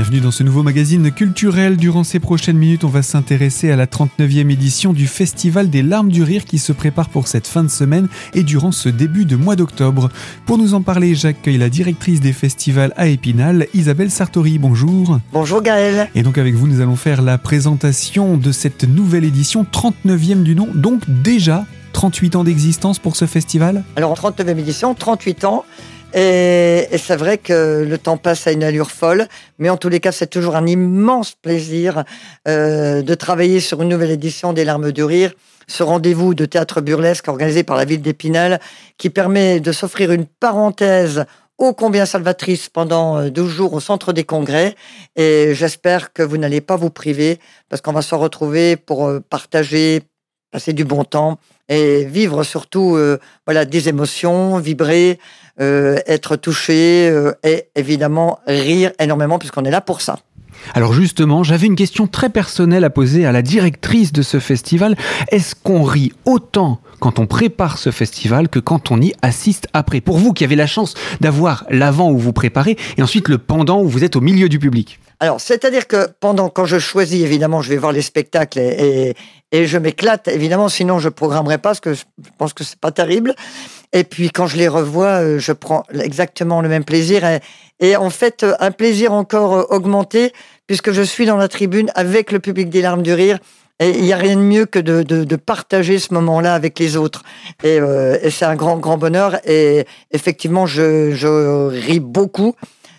Bienvenue dans ce nouveau magazine culturel. Durant ces prochaines minutes, on va s'intéresser à la 39e édition du Festival des Larmes du Rire qui se prépare pour cette fin de semaine et durant ce début de mois d'octobre. Pour nous en parler, j'accueille la directrice des festivals à Épinal, Isabelle Sartori. Bonjour. Bonjour Gaël. Et donc avec vous, nous allons faire la présentation de cette nouvelle édition, 39e du nom, donc déjà 38 ans d'existence pour ce festival. Alors en 39e édition, 38 ans. Et c'est vrai que le temps passe à une allure folle, mais en tous les cas, c'est toujours un immense plaisir de travailler sur une nouvelle édition des Larmes du Rire, ce rendez-vous de théâtre burlesque organisé par la ville d'Épinal, qui permet de s'offrir une parenthèse ô combien salvatrice pendant 12 jours au centre des congrès. Et j'espère que vous n'allez pas vous priver, parce qu'on va se retrouver pour partager, passer du bon temps et vivre surtout des émotions, vibrer, être touché et évidemment rire énormément puisqu'on est là pour ça. Alors justement, j'avais une question très personnelle à poser à la directrice de ce festival. Est-ce qu'on rit autant quand on prépare ce festival que quand on y assiste après? Pour vous qui avez la chance d'avoir l'avant où vous préparez et ensuite le pendant où vous êtes au milieu du public. Alors, c'est-à-dire que quand je choisis, évidemment, je vais voir les spectacles et je m'éclate, évidemment, sinon je programmerai pas, parce que je pense que c'est pas terrible. Et puis, quand je les revois, je prends exactement le même plaisir et en fait, un plaisir encore augmenté, puisque je suis dans la tribune avec le public des Larmes du Rire. Et il n'y a rien de mieux que de partager ce moment-là avec les autres. Et c'est un grand, grand bonheur. Et effectivement, je ris beaucoup.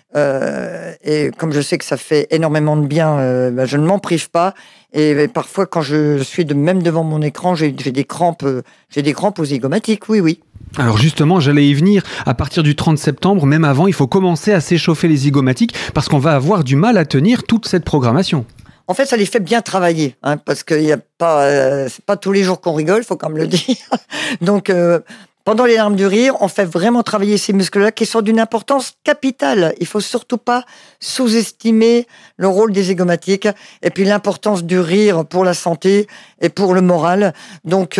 Et comme je sais que ça fait énormément de bien, je ne m'en prive pas. Et parfois, quand je suis même devant mon écran, j'ai des crampes aux zygomatiques. Oui. Alors justement, j'allais y venir. À partir du 30 septembre, même avant, il faut commencer à s'échauffer les zygomatiques parce qu'on va avoir du mal à tenir toute cette programmation. En fait, ça les fait bien travailler, parce que c'est pas tous les jours qu'on rigole, faut quand même le dire. Donc, pendant les Larmes du Rire, on fait vraiment travailler ces muscles-là qui sont d'une importance capitale. Il faut surtout pas sous-estimer le rôle des zygomatiques et puis l'importance du rire pour la santé et pour le moral. Donc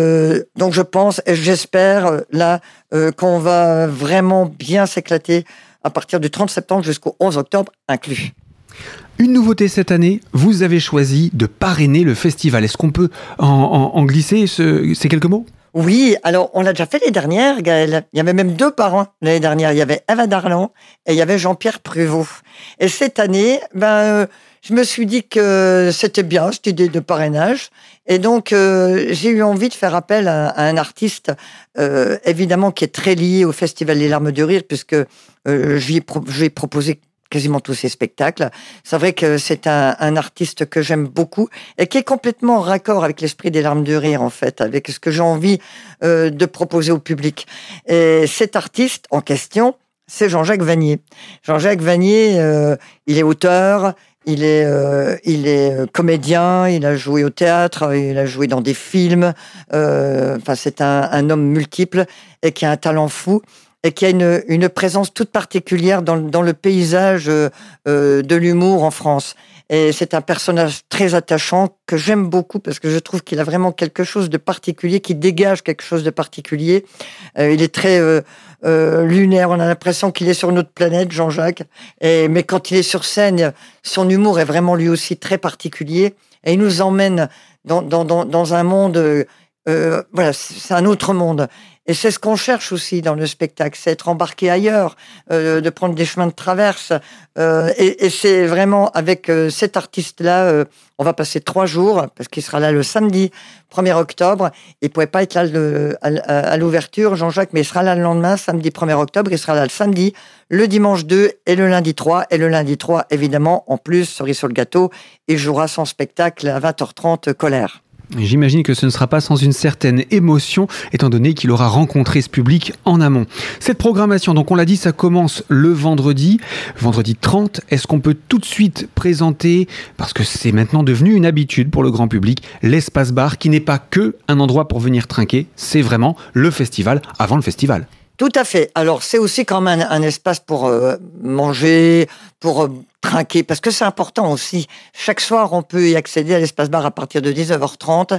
je pense et j'espère qu'on va vraiment bien s'éclater à partir du 30 septembre jusqu'au 11 octobre inclus. Une nouveauté cette année, vous avez choisi de parrainer le festival. Est-ce qu'on peut en glisser ces quelques mots ? Oui, alors on l'a déjà fait les dernières, Gaël. Il y avait même 2 parrains l'année dernière. Il y avait Eva Darlan et il y avait Jean-Pierre Prévost. Et cette année, je me suis dit que c'était bien, cette idée de parrainage. Et donc, j'ai eu envie de faire appel à un artiste, évidemment, qui est très lié au Festival des Larmes du Rire, puisque je lui ai proposé quasiment tous ses spectacles. C'est vrai que c'est un artiste que j'aime beaucoup et qui est complètement en raccord avec l'esprit des Larmes du Rire, en fait, avec ce que j'ai envie de proposer au public. Et cet artiste en question, c'est Jean-Jacques Vanier. Jean-Jacques Vanier, il est auteur, il est comédien, il a joué au théâtre, il a joué dans des films. C'est un homme multiple et qui a un talent fou. Et qui a une présence toute particulière dans le paysage de l'humour en France. Et c'est un personnage très attachant que j'aime beaucoup parce que je trouve qu'il a vraiment quelque chose de particulier, qui dégage quelque chose de particulier. Il est très lunaire, on a l'impression qu'il est sur notre planète, Jean-Jacques. Mais quand il est sur scène, son humour est vraiment lui aussi très particulier. Et il nous emmène dans un monde... c'est un autre monde. Et c'est ce qu'on cherche aussi dans le spectacle, c'est être embarqué ailleurs, de prendre des chemins de traverse. Et c'est vraiment avec cet artiste-là, on va passer 3 jours, parce qu'il sera là le samedi 1er octobre. Il ne pouvait pas être là à l'ouverture, Jean-Jacques, mais il sera là le lendemain, samedi 1er octobre. Il sera là le samedi, le dimanche 2 et le lundi 3. Et le lundi 3, évidemment, en plus, cerise sur le gâteau, il jouera son spectacle à 20h30, Colère. J'imagine que ce ne sera pas sans une certaine émotion, étant donné qu'il aura rencontré ce public en amont. Cette programmation, donc on l'a dit, ça commence le vendredi 30. Est-ce qu'on peut tout de suite présenter, parce que c'est maintenant devenu une habitude pour le grand public, l'espace bar, qui n'est pas que un endroit pour venir trinquer, c'est vraiment le festival avant le festival. Tout à fait. Alors, c'est aussi quand même un espace pour manger, pour trinquer, parce que c'est important aussi. Chaque soir, on peut y accéder à l'espace bar à partir de 19h30.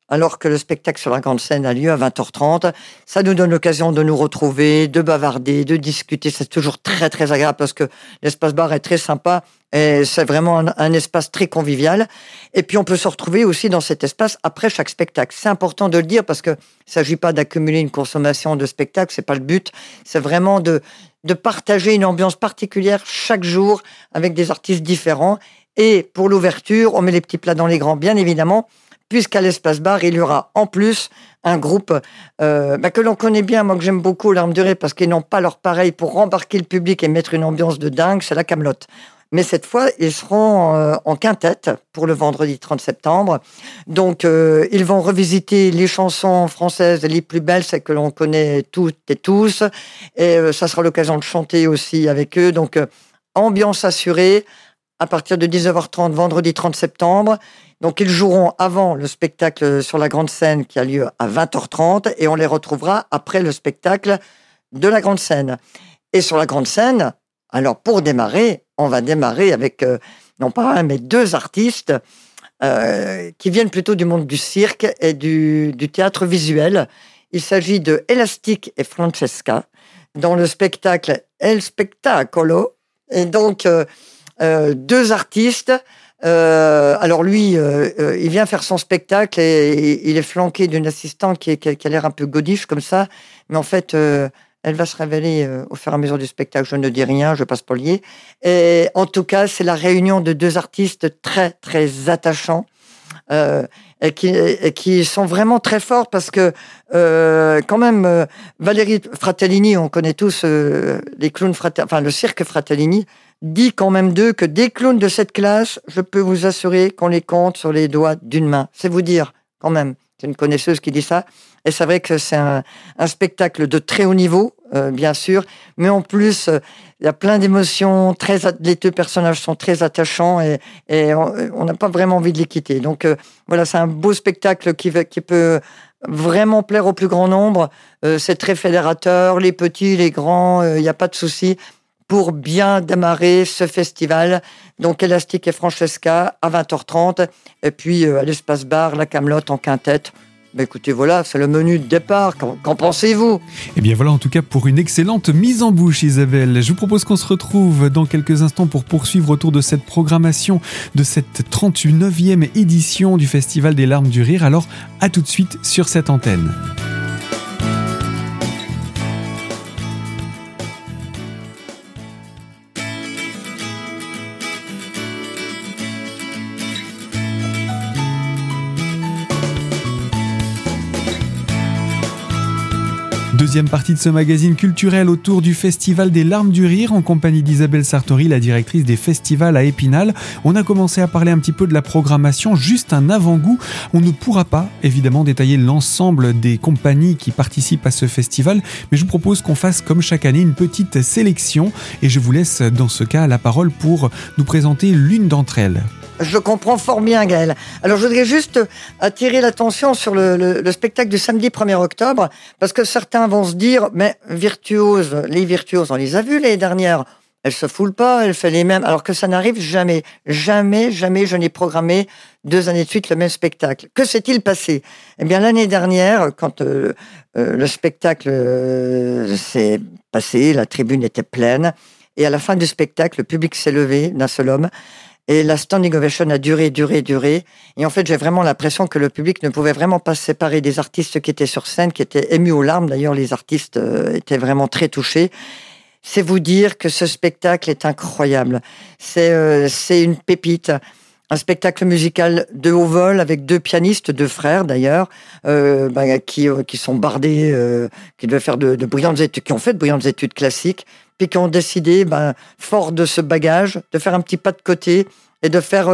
alors que le spectacle sur la grande scène a lieu à 20h30. Ça nous donne l'occasion de nous retrouver, de bavarder, de discuter. C'est toujours très, très agréable parce que l'espace bar est très sympa et c'est vraiment un espace très convivial. Et puis, on peut se retrouver aussi dans cet espace après chaque spectacle. C'est important de le dire parce que il ne s'agit pas d'accumuler une consommation de spectacle, c'est pas le but. C'est vraiment de partager une ambiance particulière chaque jour avec des artistes différents. Et pour l'ouverture, on met les petits plats dans les grands, bien évidemment, puisqu'à l'espace bar, il y aura en plus un groupe que l'on connaît bien, moi que j'aime beaucoup, L'Arme du Rire, parce qu'ils n'ont pas leur pareil pour rembarquer le public et mettre une ambiance de dingue, c'est la Camelote. Mais cette fois, ils seront en quintette pour le vendredi 30 septembre. Donc, ils vont revisiter les chansons françaises les plus belles, celles que l'on connaît toutes et tous. Et ça sera l'occasion de chanter aussi avec eux. Donc, ambiance assurée à partir de 19h30, vendredi 30 septembre. Donc, ils joueront avant le spectacle sur la grande scène qui a lieu à 20h30 et on les retrouvera après le spectacle de la grande scène. Et sur la grande scène, alors pour démarrer, on va démarrer avec, non pas un, mais deux artistes qui viennent plutôt du monde du cirque et du théâtre visuel. Il s'agit de Elastic et Francesca dans le spectacle El Spettacolo. Et donc, deux artistes. Alors lui, il vient faire son spectacle et il est flanqué d'une assistante qui a l'air un peu godiche comme ça, mais en fait, elle va se révéler au fur et à mesure du spectacle. Je ne dis rien, je ne vais pas spoiler. Et en tout cas, c'est la réunion de deux artistes très très attachants. Et qui sont vraiment très forts parce que quand même Valérie Fratellini, on connaît tous les clowns le cirque Fratellini, dit quand même d'eux que des clowns de cette classe, je peux vous assurer qu'on les compte sur les doigts d'une main. C'est vous dire quand même. C'est une connaisseuse qui dit ça. Et c'est vrai que c'est un spectacle de très haut niveau, bien sûr. Mais en plus, il y a plein d'émotions. Les deux personnages sont très attachants et on n'a pas vraiment envie de les quitter. Donc voilà, c'est un beau spectacle qui peut vraiment plaire au plus grand nombre. C'est très fédérateur. Les petits, les grands, il n'y a pas de souci pour bien démarrer ce festival. Donc, Elastic et Francesca à 20h30. Et puis, à l'espace bar, la Camelote en quintette. Mais écoutez, voilà, c'est le menu de départ. Qu'en pensez-vous ? Eh bien voilà, en tout cas, pour une excellente mise en bouche, Isabelle. Je vous propose qu'on se retrouve dans quelques instants pour poursuivre autour de cette programmation de cette 39e édition du Festival des Larmes du Rire. Alors, à tout de suite sur cette antenne. Deuxième partie de ce magazine culturel autour du Festival des Larmes du Rire en compagnie d'Isabelle Sartori, la directrice des festivals à Épinal. On a commencé à parler un petit peu de la programmation, juste un avant-goût. On ne pourra pas évidemment détailler l'ensemble des compagnies qui participent à ce festival, mais je vous propose qu'on fasse comme chaque année une petite sélection et je vous laisse dans ce cas la parole pour nous présenter l'une d'entre elles. Je comprends fort bien, Gaël. Alors, je voudrais juste attirer l'attention sur le spectacle du samedi 1er octobre, parce que certains vont se dire, mais les virtuoses, on les a vues l'année dernière. Elle se foule pas, elle fait les mêmes, alors que ça n'arrive jamais. Jamais, jamais je n'ai programmé 2 années de suite le même spectacle. Que s'est-il passé ? Eh bien, l'année dernière, quand le spectacle s'est passé, la tribune était pleine, et à la fin du spectacle, le public s'est levé d'un seul homme. Et la standing ovation a duré. Et en fait, j'ai vraiment l'impression que le public ne pouvait vraiment pas se séparer des artistes qui étaient sur scène, qui étaient émus aux larmes. D'ailleurs, les artistes étaient vraiment très touchés. C'est vous dire que ce spectacle est incroyable. C'est une pépite. Un spectacle musical de haut vol avec 2 pianistes, 2 frères d'ailleurs, qui sont bardés, qui devaient faire de brillantes études, qui ont fait de brillantes études classiques, puis qui ont décidé, fort de ce bagage, de faire un petit pas de côté et de faire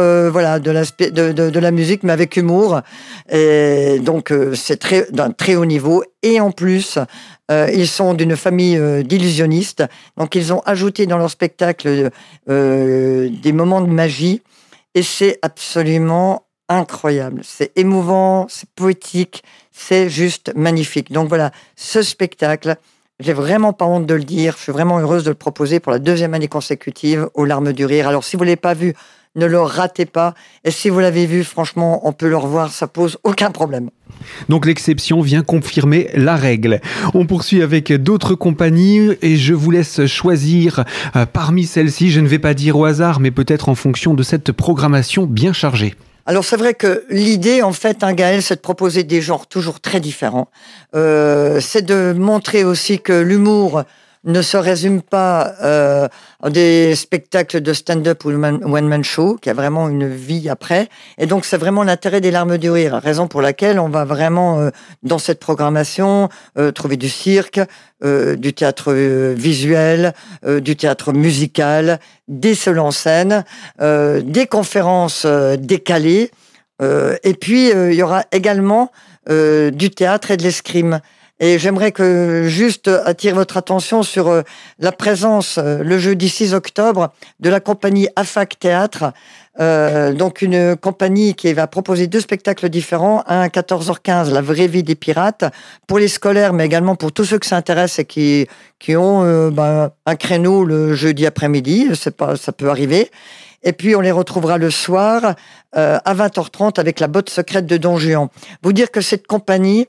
de la musique, mais avec humour. Et donc, c'est d'un très haut niveau. Et en plus, ils sont d'une famille d'illusionnistes. Donc, ils ont ajouté dans leur spectacle des moments de magie. Et c'est absolument incroyable. C'est émouvant, c'est poétique, c'est juste magnifique. Donc voilà, ce spectacle, j'ai vraiment pas honte de le dire. Je suis vraiment heureuse de le proposer pour la 2e année consécutive aux Larmes du Rire. Alors, si vous ne l'avez pas vu, ne le ratez pas. Et si vous l'avez vu, franchement, on peut le revoir, ça pose aucun problème. Donc l'exception vient confirmer la règle. On poursuit avec d'autres compagnies et je vous laisse choisir parmi celles-ci. Je ne vais pas dire au hasard, mais peut-être en fonction de cette programmation bien chargée. Alors c'est vrai que l'idée, en fait, Gaël, c'est de proposer des genres toujours très différents. C'est de montrer aussi que l'humour ne se résume pas à des spectacles de stand-up ou one-man show, qui a vraiment une vie après. Et donc, c'est vraiment l'intérêt des larmes du rire, raison pour laquelle on va vraiment, dans cette programmation, trouver du cirque, du théâtre visuel, du théâtre musical, des seuls en scène, des conférences décalées. Et puis, il y aura également du théâtre et de l'escrime. Et j'aimerais que juste attire votre attention sur la présence le jeudi 6 octobre de la compagnie AFAC Théâtre, donc une compagnie qui va proposer 2 spectacles différents, un à 14h15, La vraie vie des pirates, pour les scolaires, mais également pour tous ceux qui s'intéressent et qui ont un créneau le jeudi après-midi, ça peut arriver. Et puis, on les retrouvera le soir à 20h30 avec La botte secrète de Don Juan. Vous dire que cette compagnie,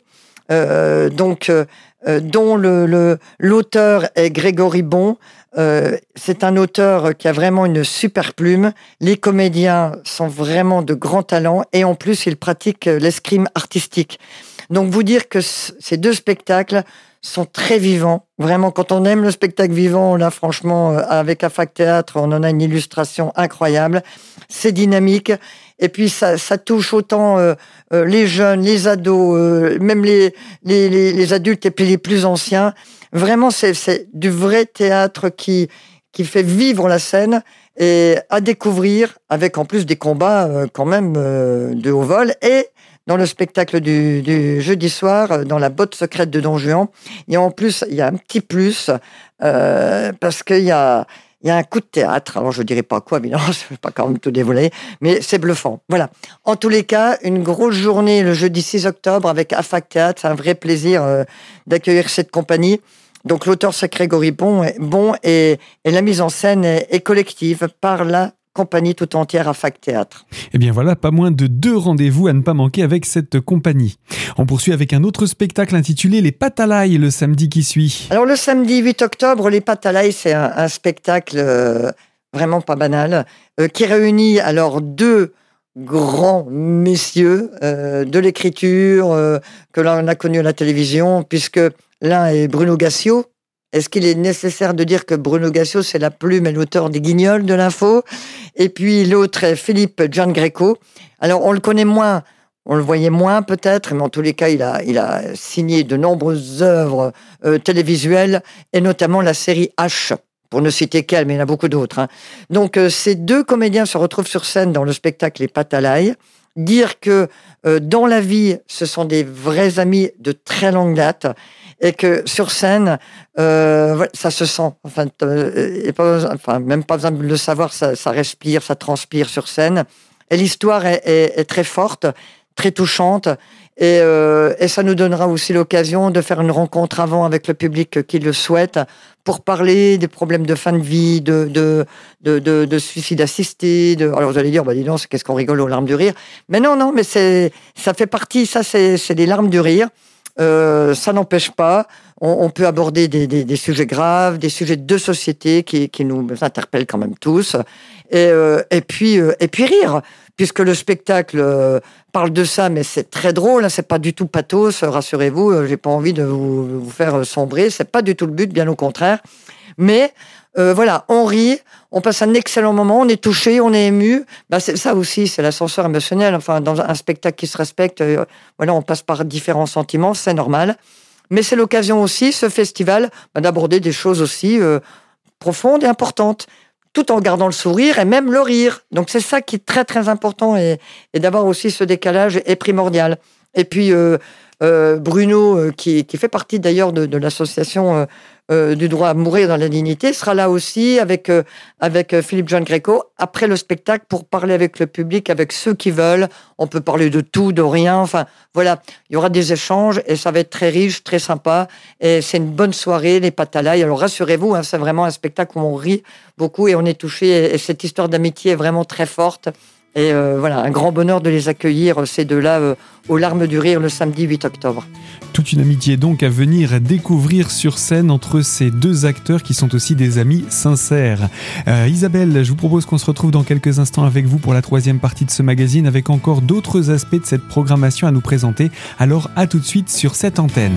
dont l'auteur est Grégory Bon. C'est un auteur qui a vraiment une super plume. Les comédiens sont vraiment de grands talents et en plus, ils pratiquent l'escrime artistique. Donc, vous dire que ces 2 spectacles sont très vivants. Vraiment, quand on aime le spectacle vivant, là, franchement, avec AFAC Théâtre, on en a une illustration incroyable. C'est dynamique. Et puis, ça touche autant les jeunes, les ados, même les adultes et puis les plus anciens. Vraiment, c'est du vrai théâtre qui fait vivre la scène et à découvrir, avec en plus des combats quand même de haut vol. Et dans le spectacle du jeudi soir, dans La botte secrète de Don Juan, il y a un petit plus, parce qu'il y a un coup de théâtre. Alors, je ne dirais pas quoi, mais non, je ne vais pas quand même tout dévoiler, mais c'est bluffant. Voilà. En tous les cas, une grosse journée le jeudi 6 octobre avec AFAC Théâtre. C'est un vrai plaisir d'accueillir cette compagnie. Donc, l'auteur, c'est Grégory Bon et la mise en scène est collective par la compagnie tout entière AFAC Théâtre. Eh bien voilà, pas moins de 2 rendez-vous à ne pas manquer avec cette compagnie. On poursuit avec un autre spectacle intitulé Les Pâtes à l'ail le samedi qui suit. Alors le samedi 8 octobre, Les Pâtes à l'ail, c'est un spectacle vraiment pas banal, qui réunit alors 2 grands messieurs de l'écriture que l'on a connu à la télévision, puisque l'un est Bruno Gassio. Est-ce qu'il est nécessaire de dire que Bruno Gassio, c'est la plume et l'auteur des Guignols de l'info? Et puis l'autre est Philippe Giangreco. Alors on le connaît moins, on le voyait moins peut-être, mais en tous les cas, il a signé de nombreuses œuvres télévisuelles, et notamment la série H, pour ne citer qu'elle, mais il y en a beaucoup d'autres. Hein. Donc ces 2 comédiens se retrouvent sur scène dans le spectacle Les Pâtes à l'ail. Dire que dans la vie, ce sont des vrais amis de très longue date, et que sur scène, ça se sent. Même pas besoin de le savoir, ça respire, ça transpire sur scène. Et l'histoire est très forte, très touchante. Et ça nous donnera aussi l'occasion de faire une rencontre avant avec le public qui le souhaite, pour parler des problèmes de fin de vie, de suicide assisté. Alors vous allez dire, dis donc, qu'est-ce qu'on rigole aux larmes du rire. Mais non, mais ça fait partie, ça c'est des larmes du rire. Ça n'empêche pas, on peut aborder des sujets graves, des sujets de société qui nous interpellent quand même tous, et puis rire, puisque le spectacle parle de ça, mais c'est très drôle, hein, c'est pas du tout pathos, rassurez-vous, j'ai pas envie de vous faire sombrer, c'est pas du tout le but, bien au contraire, mais voilà, on rit, on passe un excellent moment, on est touché, on est ému. C'est ça aussi, c'est l'ascenseur émotionnel. Enfin, dans un spectacle qui se respecte, on passe par différents sentiments, c'est normal. Mais c'est l'occasion aussi, ce festival, d'aborder des choses aussi profondes et importantes, tout en gardant le sourire et même le rire. Donc c'est ça qui est très très important, et d'avoir aussi ce décalage est primordial. Et puis Bruno, qui fait partie d'ailleurs de l'association du droit à mourir dans la dignité, sera là aussi avec Philippe John Greco après le spectacle pour parler avec le public, avec ceux qui veulent. On peut parler de tout, de rien. Enfin, voilà, il y aura des échanges et ça va être très riche, très sympa. Et c'est une bonne soirée, les pâtes à l'ail. Alors rassurez-vous, c'est vraiment un spectacle où on rit beaucoup et on est touché. Et cette histoire d'amitié est vraiment très forte. Et voilà, un grand bonheur de les accueillir, ces deux-là, aux Larmes du Rire, le samedi 8 octobre. Toute une amitié donc à venir découvrir sur scène entre ces deux acteurs qui sont aussi des amis sincères. Isabelle, je vous propose qu'on se retrouve dans quelques instants avec vous pour la 3e partie de ce magazine avec encore d'autres aspects de cette programmation à nous présenter. Alors à tout de suite sur cette antenne.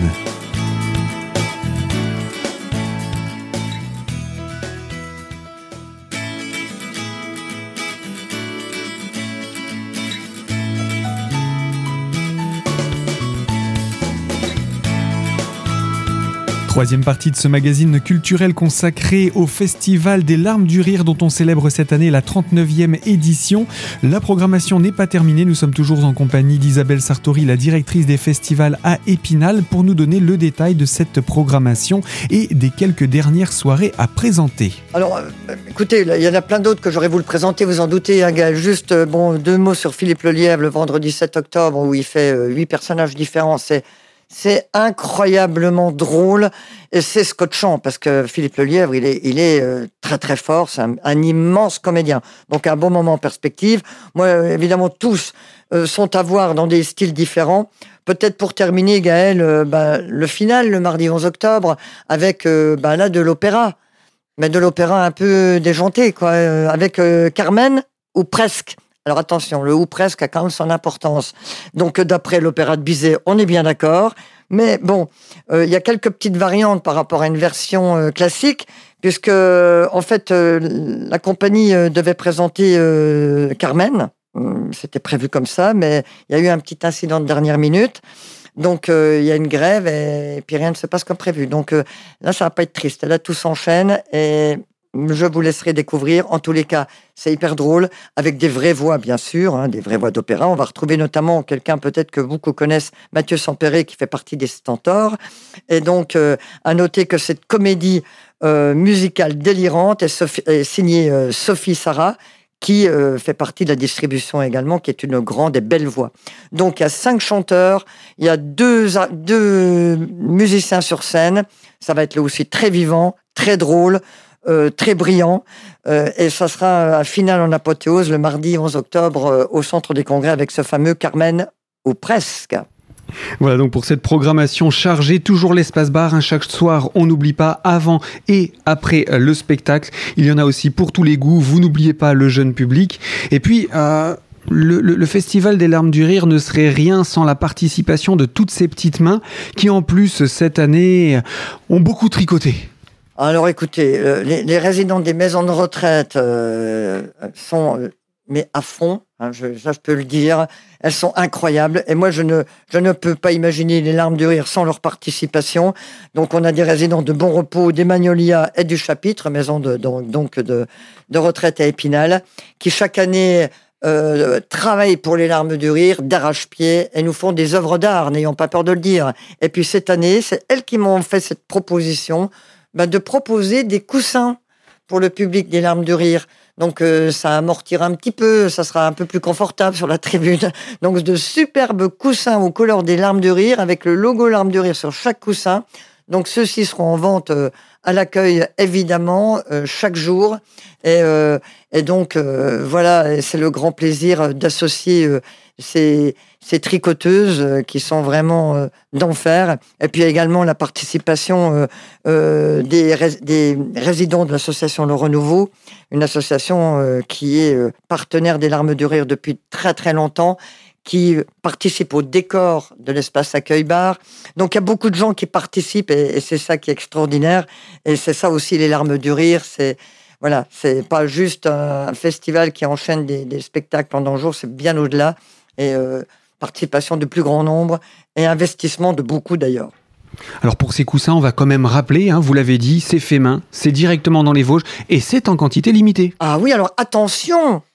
Troisième partie de ce magazine culturel consacré au Festival des Larmes du Rire dont on célèbre cette année la 39e édition. La programmation n'est pas terminée, nous sommes toujours en compagnie d'Isabelle Sartori, la directrice des festivals à Épinal, pour nous donner le détail de cette programmation et des quelques dernières soirées à présenter. Alors, écoutez, il y en a plein d'autres que j'aurais voulu présenter, vous en doutez, hein, Gaël. Juste, 2 mots sur Philippe Lelièvre, le vendredi 7 octobre, où il fait 8 personnages différents. C'est incroyablement drôle et c'est scotchant parce que Philippe Lelièvre, il est très très fort, c'est un immense comédien. Donc un bon moment en perspective. Moi, évidemment, tous sont à voir dans des styles différents. Peut-être pour terminer, Gaël, le final, le mardi 11 octobre, avec là de l'opéra. Mais de l'opéra un peu déjanté, quoi, avec Carmen, ou presque. Alors attention, le ou presque a quand même son importance. Donc d'après l'opéra de Bizet, on est bien d'accord. Mais bon, il y a quelques petites variantes par rapport à une version classique, puisque en fait la compagnie devait présenter Carmen. C'était prévu comme ça, mais il y a eu un petit incident de dernière minute. Donc il y a une grève et puis rien ne se passe comme prévu. Donc là, ça va pas être triste. Là, tout s'enchaîne et je vous laisserai découvrir. En tous les cas, c'est hyper drôle, avec des vraies voix, bien sûr, hein, des vraies voix d'opéra. On va retrouver notamment quelqu'un peut-être que beaucoup connaissent, Mathieu Sampéré, qui fait partie des Stentors. Et donc, à noter que cette comédie musicale délirante est signée Sophie Sarah, qui fait partie de la distribution également, qui est une grande et belle voix. Donc, il y a 5 chanteurs, il y a 2 musiciens sur scène. Ça va être là aussi très vivant, très drôle, très brillant, et ça sera un final en apothéose le mardi 11 octobre au Centre des Congrès avec ce fameux Carmen, ou presque. Voilà donc pour cette programmation chargée, toujours l'espace bar, hein, chaque soir on n'oublie pas avant et après le spectacle, il y en a aussi pour tous les goûts, vous n'oubliez pas le jeune public, et puis le Festival des Larmes du Rire ne serait rien sans la participation de toutes ces petites mains qui en plus cette année ont beaucoup tricoté. Alors écoutez, les résidents des maisons de retraite sont mais à fond, hein, ça je peux le dire, elles sont incroyables et moi je ne peux pas imaginer les Larmes du Rire sans leur participation. Donc on a des résidents de Bon Repos, des Magnolias et du Chapitre, maison de retraite à Épinal, qui chaque année travaillent pour les Larmes du Rire d'arrache-pied et nous font des œuvres d'art, n'ayons pas peur de le dire. Et puis cette année, c'est elles qui m'ont fait cette proposition de proposer des coussins pour le public des Larmes du Rire. Donc ça amortira un petit peu, ça sera un peu plus confortable sur la tribune. Donc de superbes coussins aux couleurs des Larmes du Rire, avec le logo Larmes du Rire sur chaque coussin. Donc ceux-ci seront en vente à l'accueil, évidemment, chaque jour. Et donc, voilà, c'est le grand plaisir d'associer ces tricoteuses qui sont vraiment d'enfer. Et puis également la participation des résidents de l'association Le Renouveau, une association qui est partenaire des Larmes du Rire depuis très très longtemps, qui participe au décor de l'espace accueil-bar. Donc, il y a beaucoup de gens qui participent et c'est ça qui est extraordinaire. Et c'est ça aussi, les Larmes du Rire. C'est pas juste un festival qui enchaîne des spectacles pendant un jour, c'est bien au-delà. Et participation de plus grand nombre et investissement de beaucoup d'ailleurs. Alors pour ces coussins, on va quand même rappeler, hein, vous l'avez dit, c'est fait main, c'est directement dans les Vosges et c'est en quantité limitée. Ah oui, alors attention,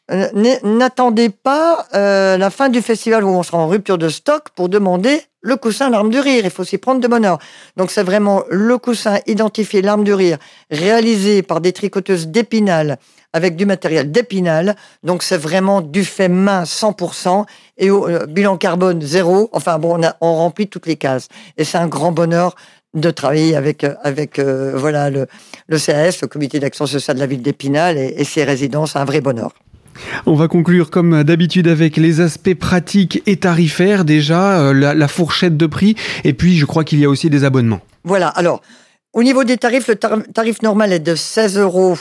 n'attendez pas la fin du festival où on sera en rupture de stock pour demander le coussin L'Arme du Rire. Il faut s'y prendre de bonne heure. Donc c'est vraiment le coussin identifié L'Arme du Rire, réalisé par des tricoteuses d'Épinal avec du matériel d'Épinal. Donc c'est vraiment du fait main 100% et au bilan carbone 0. Enfin bon, on remplit toutes les cases. Et c'est un grand bonheur de travailler avec voilà le CAS, le Comité d'Action Sociale de la Ville d'Épinal et ses résidents. C'est un vrai bonheur. On va conclure comme d'habitude avec les aspects pratiques et tarifaires déjà, la fourchette de prix, et puis je crois qu'il y a aussi des abonnements. Voilà, alors au niveau des tarifs, le tarif normal est de 16 €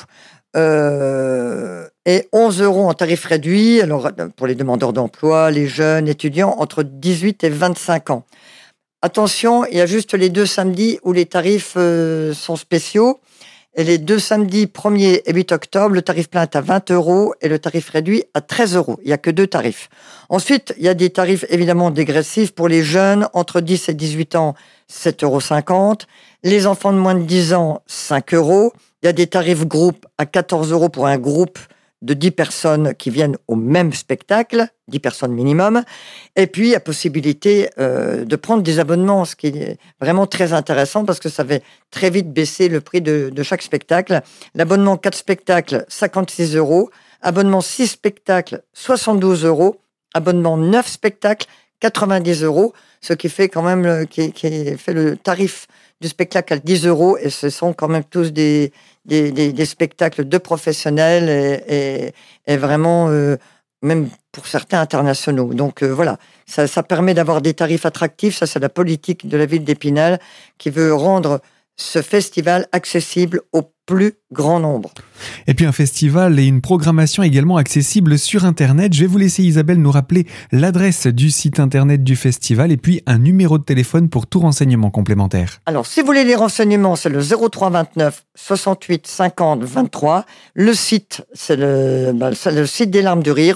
et 11 € en tarif réduit, alors pour les demandeurs d'emploi, les jeunes étudiants entre 18 et 25 ans. Attention, il y a juste les 2 samedis où les tarifs sont spéciaux. Et les 2 samedis 1er et 8 octobre, le tarif plein est à 20 € et le tarif réduit à 13 €. Il n'y a que 2 tarifs. Ensuite, il y a des tarifs évidemment dégressifs pour les jeunes entre 10 et 18 ans, 7,50 €. Les enfants de moins de 10 ans, 5 €. Il y a des tarifs groupes à 14 € pour un groupe de 10 personnes qui viennent au même spectacle, 10 personnes minimum. Et puis, il y a possibilité de prendre des abonnements, ce qui est vraiment très intéressant parce que ça fait très vite baisser le prix de chaque spectacle. L'abonnement 4 spectacles, 56 €. Abonnement 6 spectacles, 72 €. Abonnement 9 spectacles, 90 €. Ce qui fait quand même qui fait le tarif du spectacle à 10 €. Et ce sont quand même tous des spectacles de professionnels et vraiment, même pour certains internationaux. Donc voilà, ça permet d'avoir des tarifs attractifs. Ça, c'est la politique de la ville d'Épinal qui veut rendre ce festival accessible au plus grand nombre. Et puis un festival et une programmation également accessible sur Internet. Je vais vous laisser Isabelle nous rappeler l'adresse du site Internet du festival et puis un numéro de téléphone pour tout renseignement complémentaire. Alors, si vous voulez les renseignements, c'est le 03 29 68 50 23. Le site, c'est le site des Larmes du Rire,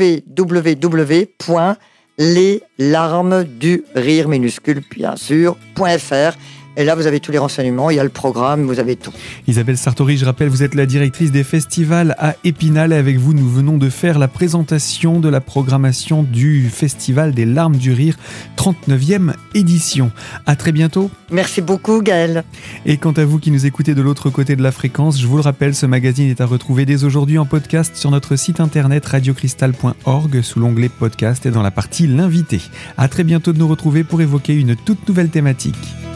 www.leslarmesdurire minuscule bien sûr, .fr. Et là, vous avez tous les renseignements, il y a le programme, vous avez tout. Isabelle Sartori, je rappelle, vous êtes la directrice des festivals à Épinal. Et avec vous, nous venons de faire la présentation de la programmation du Festival des Larmes du Rire, 39e édition. À très bientôt. Merci beaucoup, Gaël. Et quant à vous qui nous écoutez de l'autre côté de la fréquence, je vous le rappelle, ce magazine est à retrouver dès aujourd'hui en podcast sur notre site internet radiocristal.org sous l'onglet podcast et dans la partie l'invité. À très bientôt de nous retrouver pour évoquer une toute nouvelle thématique.